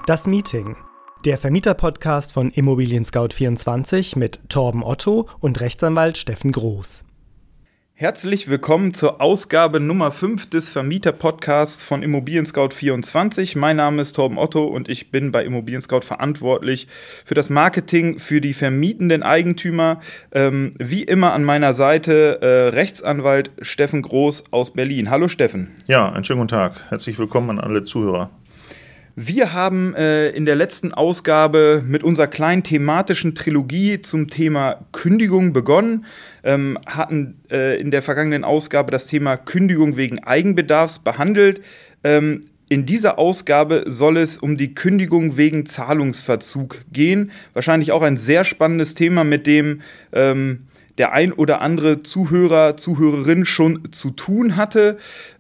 Das Meeting, der Vermieter-Podcast von Immobilien Scout24 mit Torben Otto und Rechtsanwalt Steffen Groß. Herzlich willkommen zur Ausgabe Nummer 5 des Vermieter-Podcasts von Immobilien Scout24. Mein Name ist Torben Otto und ich bin bei Immobilien Scout verantwortlich für das Marketing für die vermietenden Eigentümer. Wie immer an meiner Seite Rechtsanwalt Steffen Groß aus Berlin. Hallo Steffen. Ja, einen schönen guten Tag. Herzlich willkommen an alle Zuhörer. Wir haben in der letzten Ausgabe mit unserer kleinen thematischen Trilogie zum Thema Kündigung begonnen, hatten in der vergangenen Ausgabe das Thema Kündigung wegen Eigenbedarfs behandelt. In dieser Ausgabe soll es um die Kündigung wegen Zahlungsverzug gehen. Wahrscheinlich auch ein sehr spannendes Thema, mit dem der ein oder andere Zuhörer, Zuhörerin schon zu tun hatte.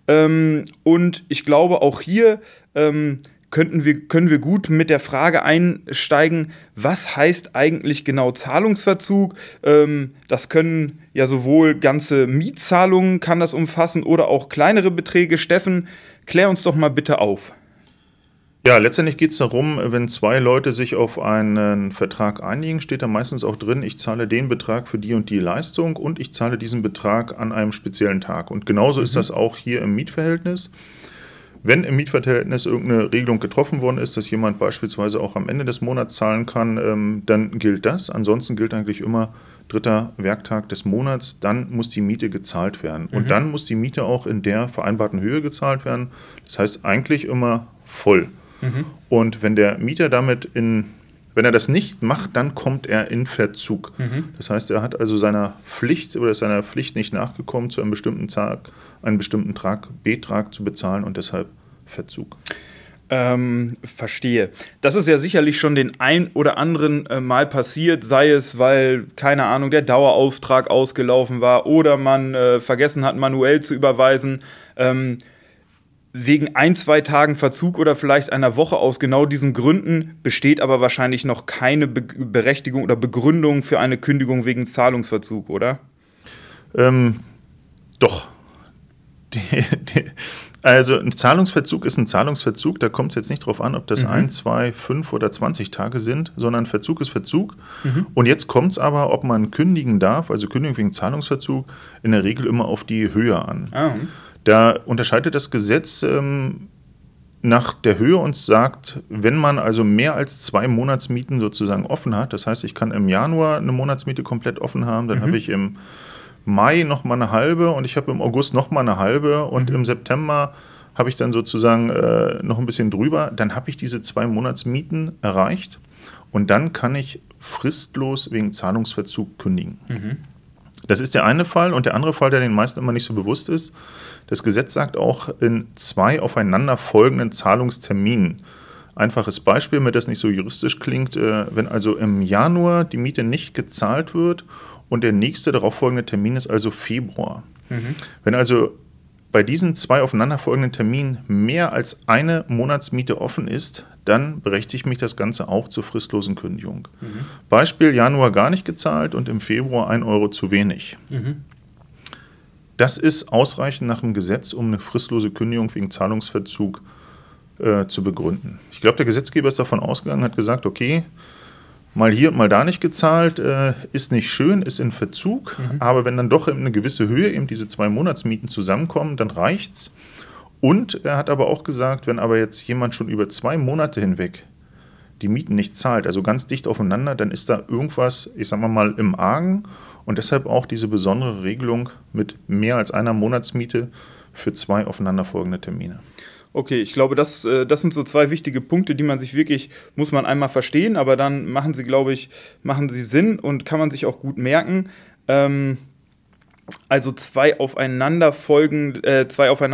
Und ich glaube, auch hier können wir gut mit der Frage einsteigen, was heißt eigentlich genau Zahlungsverzug? Das können ja sowohl ganze Mietzahlungen kann das umfassen oder auch kleinere Beträge. Steffen, klär uns doch mal bitte auf. Ja, letztendlich geht es darum, wenn zwei Leute sich auf einen Vertrag einigen, steht da meistens auch drin, ich zahle den Betrag für die und die Leistung und ich zahle diesen Betrag an einem speziellen Tag. Und genauso ist das auch hier im Mietverhältnis. Wenn im Mietverhältnis irgendeine Regelung getroffen worden ist, dass jemand beispielsweise auch am Ende des Monats zahlen kann, dann gilt das. Ansonsten gilt eigentlich immer dritter Werktag des Monats, dann muss die Miete gezahlt werden. Und dann muss die Miete auch in der vereinbarten Höhe gezahlt werden. Das heißt eigentlich immer voll. Und wenn der Mieter wenn er das nicht macht, dann kommt er in Verzug. Das heißt, er hat also seiner Pflicht nicht nachgekommen, zu einem bestimmten Tag einen bestimmten Betrag zu bezahlen und deshalb Verzug. Verstehe. Das ist ja sicherlich schon den ein oder anderen Mal passiert, sei es, weil, keine Ahnung, der Dauerauftrag ausgelaufen war oder man vergessen hat, manuell zu überweisen. Wegen 1-2 Tagen Verzug oder vielleicht einer Woche aus genau diesen Gründen besteht aber wahrscheinlich noch keine Berechtigung oder Begründung für eine Kündigung wegen Zahlungsverzug, oder? Doch. Also ein Zahlungsverzug ist ein Zahlungsverzug, da kommt es jetzt nicht drauf an, ob das 1, 2, 5 oder 20 Tage sind, sondern Verzug ist Verzug. Und jetzt kommt es aber, ob man kündigen darf, also Kündigung wegen Zahlungsverzug, in der Regel immer auf die Höhe an. Da unterscheidet das Gesetz nach der Höhe und sagt, wenn man also mehr als 2 Monatsmieten sozusagen offen hat, das heißt, ich kann im Januar eine Monatsmiete komplett offen haben, dann habe ich im Mai noch mal eine halbe und ich habe im August noch mal eine halbe und im September habe ich dann sozusagen noch ein bisschen drüber, dann habe ich diese 2 Monatsmieten erreicht und dann kann ich fristlos wegen Zahlungsverzug kündigen. Das ist der eine Fall und der andere Fall, der den meisten immer nicht so bewusst ist, das Gesetz sagt auch in 2 aufeinanderfolgenden Zahlungsterminen. Einfaches Beispiel, damit das nicht so juristisch klingt, wenn also im Januar die Miete nicht gezahlt wird und der nächste darauffolgende Termin ist also Februar. Wenn also bei diesen 2 aufeinanderfolgenden Terminen mehr als eine Monatsmiete offen ist, dann berechtigt mich das Ganze auch zur fristlosen Kündigung. Beispiel, Januar gar nicht gezahlt und im Februar 1 Euro zu wenig. Das ist ausreichend nach dem Gesetz, um eine fristlose Kündigung wegen Zahlungsverzug zu begründen. Ich glaube, der Gesetzgeber ist davon ausgegangen, hat gesagt, okay, mal hier und mal da nicht gezahlt, ist nicht schön, ist in Verzug, aber wenn dann doch in eine gewisse Höhe eben diese 2 Monatsmieten zusammenkommen, dann reicht's. Und er hat aber auch gesagt, wenn aber jetzt jemand schon über 2 Monate hinweg die Mieten nicht zahlt, also ganz dicht aufeinander, dann ist da irgendwas, ich sag mal, im Argen und deshalb auch diese besondere Regelung mit mehr als einer Monatsmiete für 2 aufeinanderfolgende Termine. Okay, ich glaube, das sind so 2 wichtige Punkte, die man sich wirklich, muss man einmal verstehen, aber dann machen sie Sinn und kann man sich auch gut merken. Also 2 aufeinanderfolgende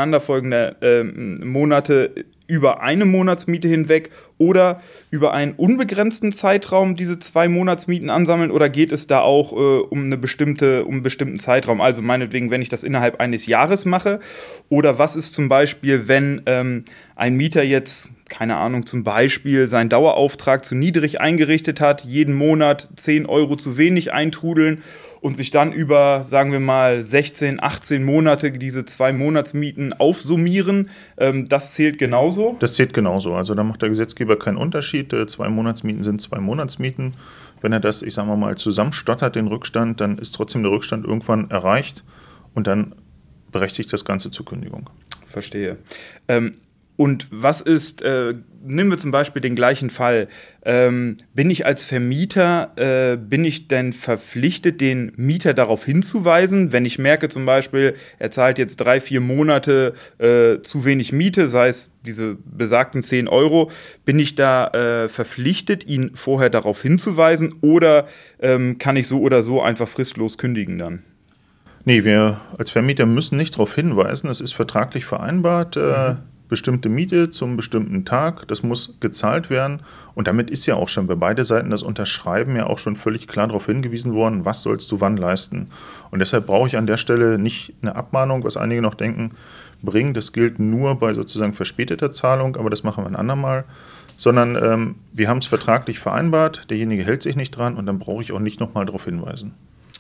Monate über eine Monatsmiete hinweg oder über einen unbegrenzten Zeitraum diese 2 Monatsmieten ansammeln oder geht es da auch um einen bestimmten Zeitraum? Also meinetwegen, wenn ich das innerhalb eines Jahres mache oder was ist zum Beispiel, wenn ein Mieter jetzt, keine Ahnung, zum Beispiel seinen Dauerauftrag zu niedrig eingerichtet hat, jeden Monat 10 Euro zu wenig eintrudeln und sich dann über, sagen wir mal, 16, 18 Monate diese 2 Monatsmieten aufsummieren. Das zählt genauso? Das zählt genauso. Also da macht der Gesetzgeber keinen Unterschied. 2 Monatsmieten sind 2 Monatsmieten. Wenn er das, ich sage mal, zusammenstottert, den Rückstand, dann ist trotzdem der Rückstand irgendwann erreicht und dann berechtigt das Ganze zur Kündigung. Verstehe. Und was ist, nehmen wir zum Beispiel den gleichen Fall, bin ich als Vermieter, bin ich denn verpflichtet, den Mieter darauf hinzuweisen, wenn ich merke zum Beispiel, er zahlt jetzt 3-4 Monate zu wenig Miete, sei es diese besagten 10 Euro, bin ich da verpflichtet, ihn vorher darauf hinzuweisen oder kann ich so oder so einfach fristlos kündigen dann? Nee, wir als Vermieter müssen nicht darauf hinweisen, es ist vertraglich vereinbart, bestimmte Miete zum bestimmten Tag, das muss gezahlt werden und damit ist ja auch schon bei beiden Seiten das Unterschreiben ja auch schon völlig klar darauf hingewiesen worden, was sollst du wann leisten. Und deshalb brauche ich an der Stelle nicht eine Abmahnung, was einige noch denken, bringen, das gilt nur bei sozusagen verspäteter Zahlung, aber das machen wir ein andermal, sondern wir haben es vertraglich vereinbart, derjenige hält sich nicht dran und dann brauche ich auch nicht nochmal darauf hinweisen.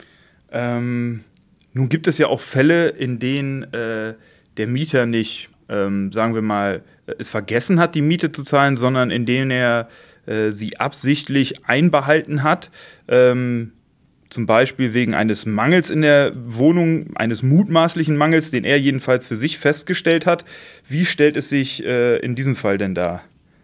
Nun gibt es ja auch Fälle, in denen der Mieter nicht sagen wir mal, es vergessen hat, die Miete zu zahlen, sondern in denen er sie absichtlich einbehalten hat, zum Beispiel wegen eines Mangels in der Wohnung, eines mutmaßlichen Mangels, den er jedenfalls für sich festgestellt hat. Wie stellt es sich in diesem Fall denn dar?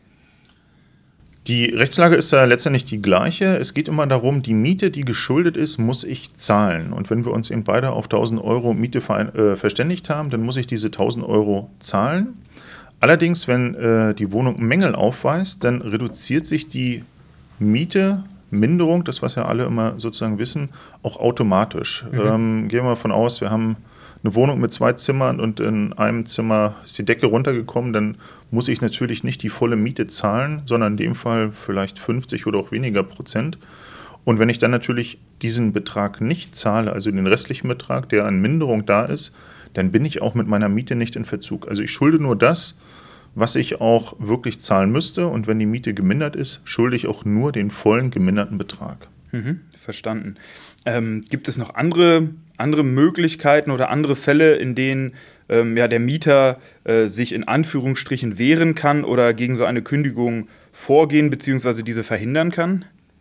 Die Rechtslage ist da letztendlich die gleiche. Es geht immer darum, die Miete, die geschuldet ist, muss ich zahlen. Und wenn wir uns eben beide auf 1.000 Euro Miete verständigt haben, dann muss ich diese 1.000 Euro zahlen. Allerdings, wenn die Wohnung Mängel aufweist, dann reduziert sich die Mieteminderung, das was ja alle immer sozusagen wissen, auch automatisch. Gehen wir mal von aus, wir haben eine Wohnung mit 2 Zimmern und in einem Zimmer ist die Decke runtergekommen, dann muss ich natürlich nicht die volle Miete zahlen, sondern in dem Fall vielleicht 50 oder auch weniger Prozent. Und wenn ich dann natürlich diesen Betrag nicht zahle, also den restlichen Betrag, der an Minderung da ist, dann bin ich auch mit meiner Miete nicht in Verzug. Also ich schulde nur das, was ich auch wirklich zahlen müsste. Und wenn die Miete gemindert ist, schulde ich auch nur den vollen geminderten Betrag. Verstanden. Gibt es noch andere Möglichkeiten oder andere Fälle, in denen der Mieter sich in Anführungsstrichen wehren kann oder gegen so eine Kündigung vorgehen bzw. diese verhindern kann?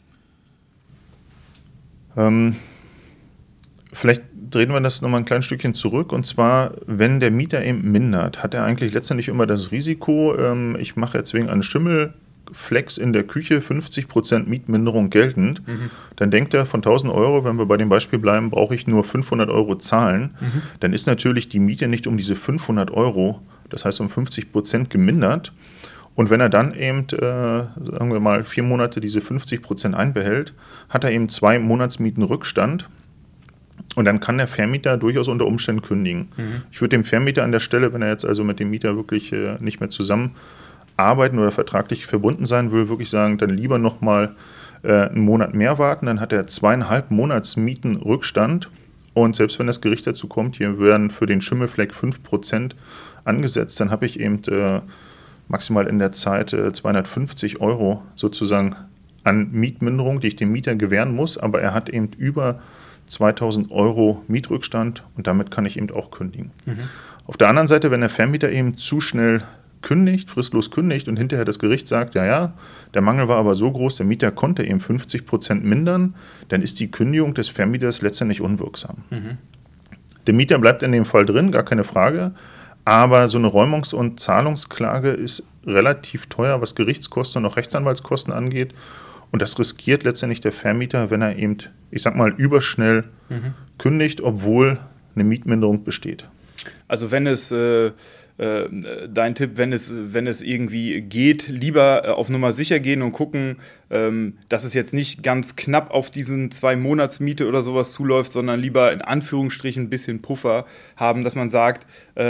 Vielleicht drehen wir das nochmal ein kleines Stückchen zurück. Und zwar, wenn der Mieter eben mindert, hat er eigentlich letztendlich immer das Risiko, ich mache jetzt wegen eines Schimmelflecks in der Küche 50% Mietminderung geltend. Dann denkt er, von 1.000 Euro, wenn wir bei dem Beispiel bleiben, brauche ich nur 500 Euro zahlen. Dann ist natürlich die Miete nicht um diese 500 Euro, das heißt um 50% gemindert. Und wenn er dann eben, sagen wir mal, 4 Monate diese 50% einbehält, hat er eben 2 Monatsmieten Rückstand. Und dann kann der Vermieter durchaus unter Umständen kündigen. Ich würde dem Vermieter an der Stelle, wenn er jetzt also mit dem Mieter wirklich nicht mehr zusammenarbeiten oder vertraglich verbunden sein will, wirklich sagen, dann lieber nochmal einen Monat mehr warten. Dann hat er 2,5 Monatsmieten Rückstand. Und selbst wenn das Gericht dazu kommt, hier werden für den Schimmelfleck 5% angesetzt, dann habe ich eben maximal in der Zeit 250 Euro sozusagen an Mietminderung, die ich dem Mieter gewähren muss. Aber er hat eben über 2.000 Euro Mietrückstand und damit kann ich eben auch kündigen. Auf der anderen Seite, wenn der Vermieter eben zu schnell kündigt, fristlos kündigt und hinterher das Gericht sagt, ja, der Mangel war aber so groß, der Mieter konnte eben 50% mindern, dann ist die Kündigung des Vermieters letztendlich unwirksam. Der Mieter bleibt in dem Fall drin, gar keine Frage, aber so eine Räumungs- und Zahlungsklage ist relativ teuer, was Gerichtskosten und auch Rechtsanwaltskosten angeht. Und das riskiert letztendlich der Vermieter, wenn er eben, ich sag mal, überschnell kündigt, obwohl eine Mietminderung besteht. Also wenn es, dein Tipp, wenn es irgendwie geht, lieber auf Nummer sicher gehen und gucken, dass es jetzt nicht ganz knapp auf diesen 2 Monatsmiete oder sowas zuläuft, sondern lieber in Anführungsstrichen ein bisschen Puffer haben, dass man sagt,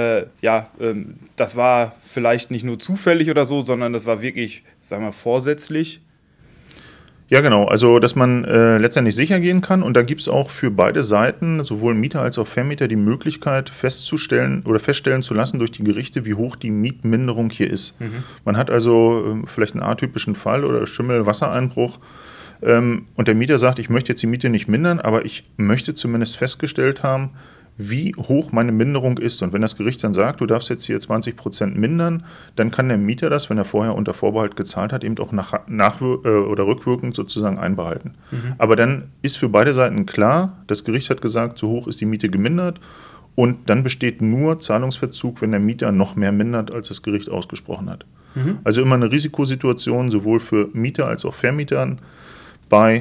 das war vielleicht nicht nur zufällig oder so, sondern das war wirklich, sagen wir mal, vorsätzlich. Ja, genau. Also, dass man letztendlich sicher gehen kann. Und da gibt es auch für beide Seiten, sowohl Mieter als auch Vermieter, die Möglichkeit festzustellen oder feststellen zu lassen durch die Gerichte, wie hoch die Mietminderung hier ist. Man hat also vielleicht einen atypischen Fall oder Schimmel-Wassereinbruch. und der Mieter sagt, ich möchte jetzt die Miete nicht mindern, aber ich möchte zumindest festgestellt haben, wie hoch meine Minderung ist. Und wenn das Gericht dann sagt, du darfst jetzt hier 20% mindern, dann kann der Mieter das, wenn er vorher unter Vorbehalt gezahlt hat, eben auch oder rückwirkend sozusagen einbehalten. Aber dann ist für beide Seiten klar, das Gericht hat gesagt, so hoch ist die Miete gemindert und dann besteht nur Zahlungsverzug, wenn der Mieter noch mehr mindert, als das Gericht ausgesprochen hat. Also immer eine Risikosituation, sowohl für Mieter als auch Vermietern, bei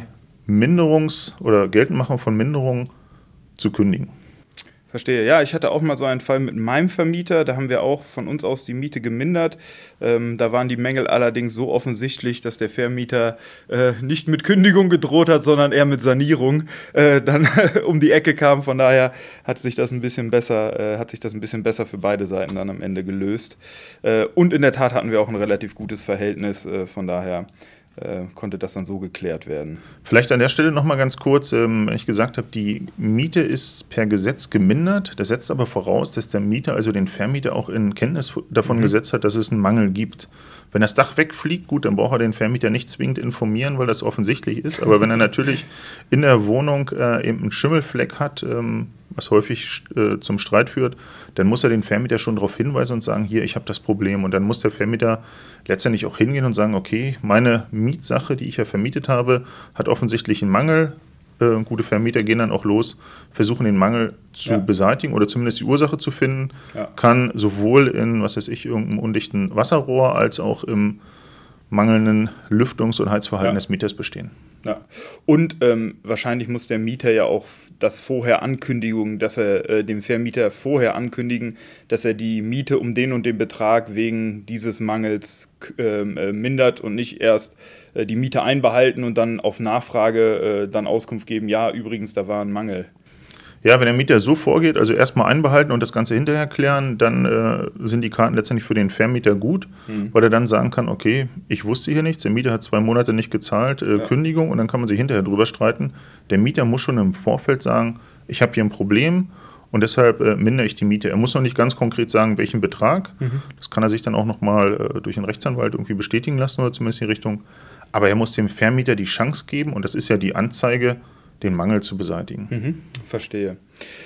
oder Geltendmachung von Minderungen zu kündigen. Verstehe. Ja, ich hatte auch mal so einen Fall mit meinem Vermieter, da haben wir auch von uns aus die Miete gemindert. Da waren die Mängel allerdings so offensichtlich, dass der Vermieter nicht mit Kündigung gedroht hat, sondern eher mit Sanierung dann um die Ecke kam. Von daher hat sich das ein bisschen besser für beide Seiten dann am Ende gelöst. Und in der Tat hatten wir auch ein relativ gutes Verhältnis, von daher konnte das dann so geklärt werden. Vielleicht an der Stelle nochmal ganz kurz, wenn ich gesagt habe, die Miete ist per Gesetz gemindert. Das setzt aber voraus, dass der Mieter, also den Vermieter, auch in Kenntnis davon gesetzt hat, dass es einen Mangel gibt. Wenn das Dach wegfliegt, gut, dann braucht er den Vermieter nicht zwingend informieren, weil das offensichtlich ist. Aber wenn er natürlich in der Wohnung eben einen Schimmelfleck hat, was häufig zum Streit führt, dann muss er den Vermieter schon darauf hinweisen und sagen, hier, ich habe das Problem. Und dann muss der Vermieter letztendlich auch hingehen und sagen, okay, meine Mietsache, die ich ja vermietet habe, hat offensichtlich einen Mangel. Gute Vermieter gehen dann auch los, versuchen den Mangel zu beseitigen oder zumindest die Ursache zu finden. Ja. Kann sowohl in, irgendeinem undichten Wasserrohr als auch im mangelnden Lüftungs- und Heizverhalten des Mieters bestehen. Ja. Und wahrscheinlich muss der Mieter ja auch das vorher ankündigen, dass er dem Vermieter vorher ankündigen, dass er die Miete um den und den Betrag wegen dieses Mangels mindert und nicht erst die Miete einbehalten und dann auf Nachfrage dann Auskunft geben, ja, übrigens, da war ein Mangel. Ja, wenn der Mieter so vorgeht, also erstmal einbehalten und das Ganze hinterher klären, dann sind die Karten letztendlich für den Vermieter gut, weil er dann sagen kann, okay, ich wusste hier nichts, der Mieter hat 2 Monate nicht gezahlt, Kündigung, und dann kann man sich hinterher drüber streiten. Der Mieter muss schon im Vorfeld sagen, ich habe hier ein Problem und deshalb mindere ich die Miete. Er muss noch nicht ganz konkret sagen, welchen Betrag. Das kann er sich dann auch nochmal durch einen Rechtsanwalt irgendwie bestätigen lassen oder zumindest in die Richtung. Aber er muss dem Vermieter die Chance geben, und das ist ja die Anzeige, den Mangel zu beseitigen. Verstehe.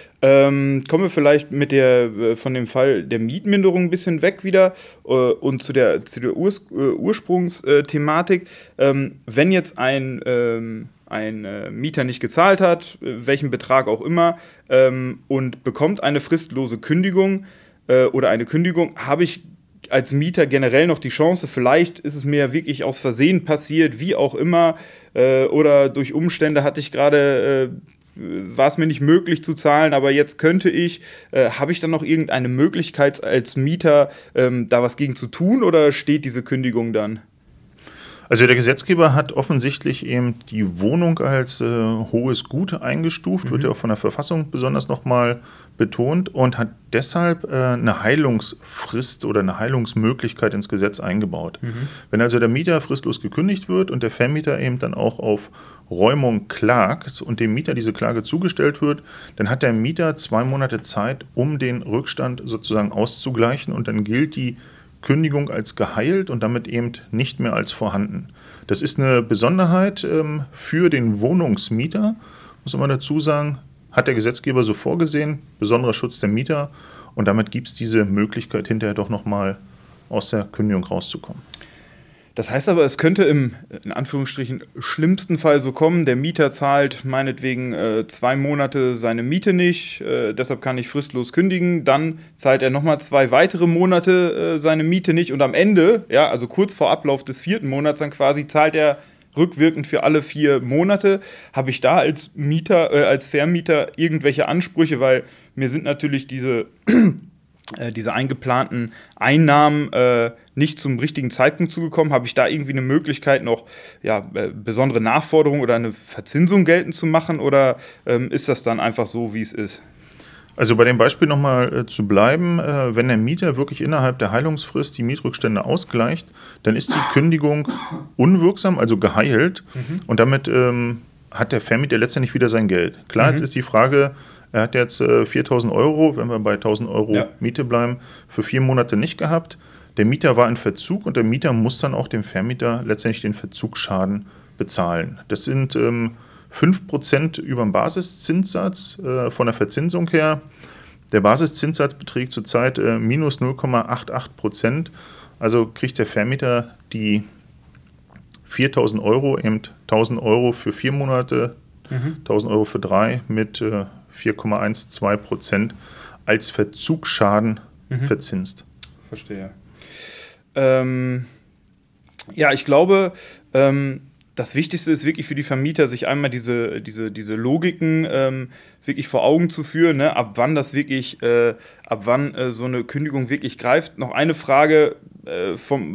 Kommen wir vielleicht von dem Fall der Mietminderung ein bisschen weg wieder und zu der Ursprungsthematik. Wenn jetzt ein Mieter nicht gezahlt hat, welchen Betrag auch immer, und bekommt eine fristlose Kündigung oder eine Kündigung, habe ich als Mieter generell noch die Chance, vielleicht ist es mir wirklich aus Versehen passiert, wie auch immer, oder durch Umstände war es mir nicht möglich zu zahlen, aber jetzt könnte ich, habe ich dann noch irgendeine Möglichkeit als Mieter, da was gegen zu tun, oder steht diese Kündigung dann? Also der Gesetzgeber hat offensichtlich eben die Wohnung als hohes Gut eingestuft, wird ja auch von der Verfassung besonders nochmal betont, und hat deshalb eine Heilungsfrist oder eine Heilungsmöglichkeit ins Gesetz eingebaut. Wenn also der Mieter fristlos gekündigt wird und der Vermieter eben dann auch auf Räumung klagt und dem Mieter diese Klage zugestellt wird, dann hat der Mieter 2 Monate Zeit, um den Rückstand sozusagen auszugleichen, und dann gilt die Kündigung als geheilt und damit eben nicht mehr als vorhanden. Das ist eine Besonderheit für den Wohnungsmieter, muss man dazu sagen, hat der Gesetzgeber so vorgesehen, besonderer Schutz der Mieter, und damit gibt es diese Möglichkeit, hinterher doch nochmal aus der Kündigung rauszukommen. Das heißt aber, es könnte im, in Anführungsstrichen, schlimmsten Fall so kommen, der Mieter zahlt meinetwegen 2 Monate seine Miete nicht, deshalb kann ich fristlos kündigen, dann zahlt er nochmal 2 weitere Monate seine Miete nicht, und am Ende, ja, also kurz vor Ablauf des 4. Monats dann quasi, zahlt er rückwirkend für alle 4 Monate. Habe ich da als Vermieter irgendwelche Ansprüche, weil mir sind natürlich diese eingeplanten Einnahmen nicht zum richtigen Zeitpunkt zugekommen. Habe ich da irgendwie eine Möglichkeit, noch besondere Nachforderungen oder eine Verzinsung geltend zu machen, oder ist das dann einfach so, wie es ist? Also bei dem Beispiel nochmal zu bleiben, wenn der Mieter wirklich innerhalb der Heilungsfrist die Mietrückstände ausgleicht, dann ist die Kündigung unwirksam, also geheilt, und damit hat der Vermieter letztendlich wieder sein Geld. Klar, jetzt ist die Frage, er hat jetzt 4.000 Euro, wenn wir bei 1.000 Euro Miete bleiben, für 4 Monate nicht gehabt. Der Mieter war in Verzug, und der Mieter muss dann auch dem Vermieter letztendlich den Verzugsschaden bezahlen. Das sind 5% über dem Basiszinssatz von der Verzinsung her. Der Basiszinssatz beträgt zurzeit minus 0,88%. Also kriegt der Vermieter die 4.000 Euro, eben 1.000 Euro für 4 Monate, 1.000 Euro für 3 mit 4,12% als Verzugsschaden verzinst. Verstehe. Ja, ich glaube, das Wichtigste ist wirklich für die Vermieter, sich einmal diese Logiken wirklich vor Augen zu führen, ne? Ab wann so eine Kündigung wirklich greift. Noch eine Frage vom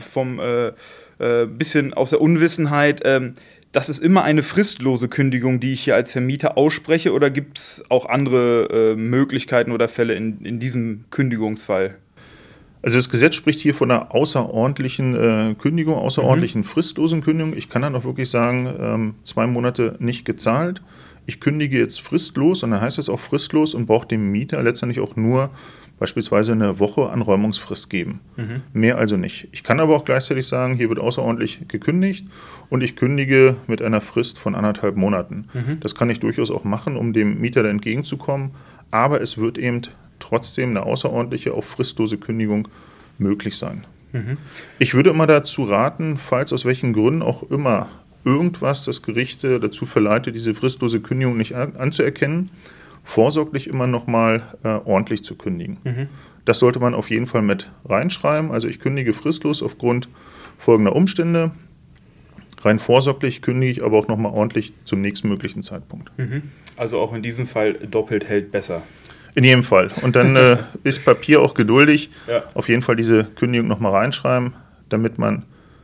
bisschen aus der Unwissenheit. Das ist immer eine fristlose Kündigung, die ich hier als Vermieter ausspreche, oder gibt es auch andere Möglichkeiten oder Fälle in diesem Kündigungsfall? Also das Gesetz spricht hier von einer außerordentlichen Kündigung, außerordentlichen fristlosen Kündigung. Ich kann dann auch wirklich sagen, 2 Monate nicht gezahlt. Ich kündige jetzt fristlos und dann heißt es auch fristlos und brauche dem Mieter letztendlich auch nur beispielsweise eine Woche Anräumungsfrist geben. Mehr also nicht. Ich kann aber auch gleichzeitig sagen, hier wird außerordentlich gekündigt und ich kündige mit einer Frist von 1,5 Monaten. Das kann ich durchaus auch machen, um dem Mieter da entgegenzukommen, aber es wird eben trotzdem eine außerordentliche, auch fristlose Kündigung möglich sein. Ich würde immer dazu raten, falls aus welchen Gründen auch immer irgendwas das Gericht dazu verleitet, diese fristlose Kündigung nicht anzuerkennen, vorsorglich immer nochmal ordentlich zu kündigen. Das sollte man auf jeden Fall mit reinschreiben. Also ich kündige fristlos aufgrund folgender Umstände. Rein vorsorglich kündige ich aber auch nochmal ordentlich zum nächstmöglichen Zeitpunkt. Also auch in diesem Fall doppelt hält besser. In jedem Fall. Und dann ist Papier auch geduldig. Ja. Auf jeden Fall diese Kündigung nochmal reinschreiben, damit man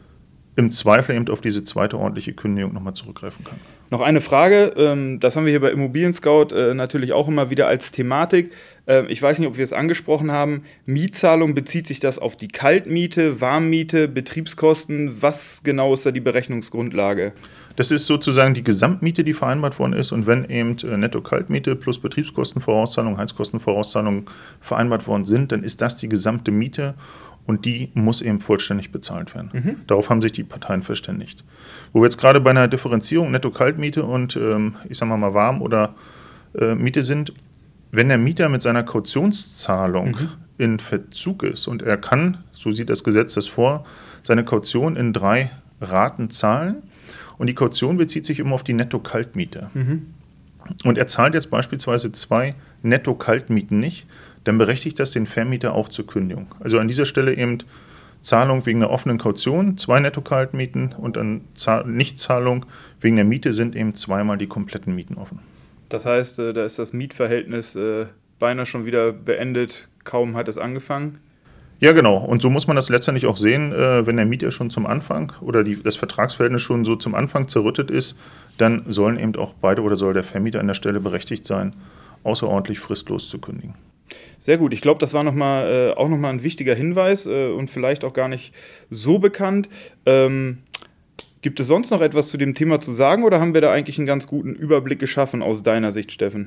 im Zweifel eben auf diese zweite ordentliche Kündigung nochmal zurückgreifen kann. Noch eine Frage, das haben wir hier bei Immobilien Scout natürlich auch immer wieder als Thematik. Ich weiß nicht, ob wir es angesprochen haben. Mietzahlung, bezieht sich das auf die Kaltmiete, Warmmiete, Betriebskosten? Was genau ist da die Berechnungsgrundlage? Das ist sozusagen die Gesamtmiete, die vereinbart worden ist. Und wenn eben Netto-Kaltmiete plus Betriebskostenvorauszahlung, Heizkostenvorauszahlung vereinbart worden sind, dann ist das die gesamte Miete. Und die muss eben vollständig bezahlt werden. Darauf haben sich die Parteien verständigt. Wo wir jetzt gerade bei einer Differenzierung Netto-Kaltmiete und ich sage mal Warm- oder Miete sind, wenn der Mieter mit seiner Kautionszahlung in Verzug ist und er kann, so sieht das Gesetz das vor, seine Kaution in 3 Raten zahlen und die Kaution bezieht sich immer auf die Netto-Kaltmiete. Und er zahlt jetzt beispielsweise 2 Netto-Kaltmieten nicht, dann berechtigt das den Vermieter auch zur Kündigung. Also an dieser Stelle eben Zahlung wegen der offenen Kaution, 2 Netto-Kaltmieten und an Nichtzahlung wegen der Miete sind eben zweimal die kompletten Mieten offen. Das heißt, da ist das Mietverhältnis beinahe schon wieder beendet, kaum hat es angefangen? Ja, genau. Und so muss man das letztendlich auch sehen, wenn der Mieter schon zum Anfang oder das Vertragsverhältnis schon so zum Anfang zerrüttet ist, dann sollen eben auch beide oder soll der Vermieter an der Stelle berechtigt sein, außerordentlich fristlos zu kündigen. Sehr gut. Ich glaube, das war auch nochmal ein wichtiger Hinweis und vielleicht auch gar nicht so bekannt. Gibt es sonst noch etwas zu dem Thema zu sagen oder haben wir da eigentlich einen ganz guten Überblick geschaffen aus deiner Sicht, Steffen?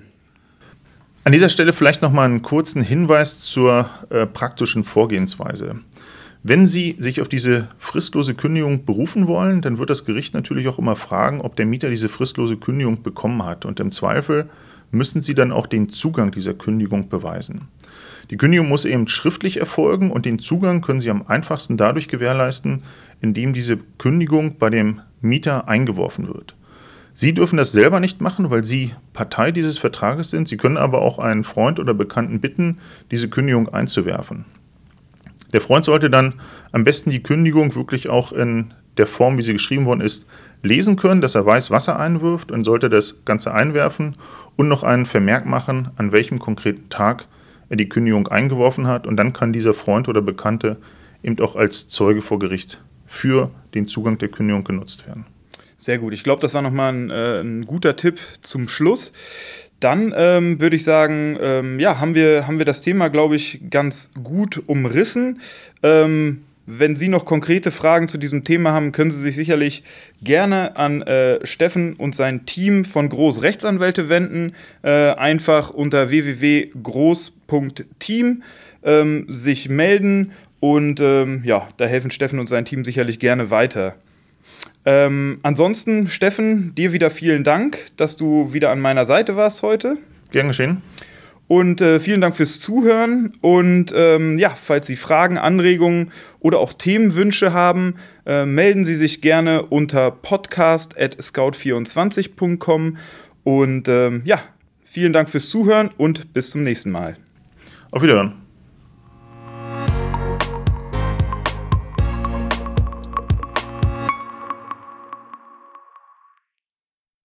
An dieser Stelle vielleicht nochmal einen kurzen Hinweis zur praktischen Vorgehensweise. Wenn Sie sich auf diese fristlose Kündigung berufen wollen, dann wird das Gericht natürlich auch immer fragen, ob der Mieter diese fristlose Kündigung bekommen hat. Und im Zweifel müssen Sie dann auch den Zugang dieser Kündigung beweisen. Die Kündigung muss eben schriftlich erfolgen und den Zugang können Sie am einfachsten dadurch gewährleisten, indem diese Kündigung bei dem Mieter eingeworfen wird. Sie dürfen das selber nicht machen, weil Sie Partei dieses Vertrages sind. Sie können aber auch einen Freund oder Bekannten bitten, diese Kündigung einzuwerfen. Der Freund sollte dann am besten die Kündigung wirklich auch in der Form, wie sie geschrieben worden ist, lesen können, dass er weiß, was er einwirft und sollte das Ganze einwerfen und noch einen Vermerk machen, an welchem konkreten Tag er die Kündigung eingeworfen hat. Und dann kann dieser Freund oder Bekannte eben auch als Zeuge vor Gericht für den Zugang der Kündigung genutzt werden. Sehr gut. Ich glaube, das war nochmal ein guter Tipp zum Schluss. Dann würde ich sagen, haben wir das Thema, glaube ich, ganz gut umrissen. Wenn Sie noch konkrete Fragen zu diesem Thema haben, können Sie sich sicherlich gerne an Steffen und sein Team von Groß Rechtsanwälte wenden. Einfach unter www.groß.team sich melden und da helfen Steffen und sein Team sicherlich gerne weiter. Ansonsten, Steffen, dir wieder vielen Dank, dass du wieder an meiner Seite warst heute. Gern geschehen. Und vielen Dank fürs Zuhören. Und falls Sie Fragen, Anregungen oder auch Themenwünsche haben, melden Sie sich gerne unter podcast@scout24.com. Und vielen Dank fürs Zuhören und bis zum nächsten Mal. Auf Wiederhören.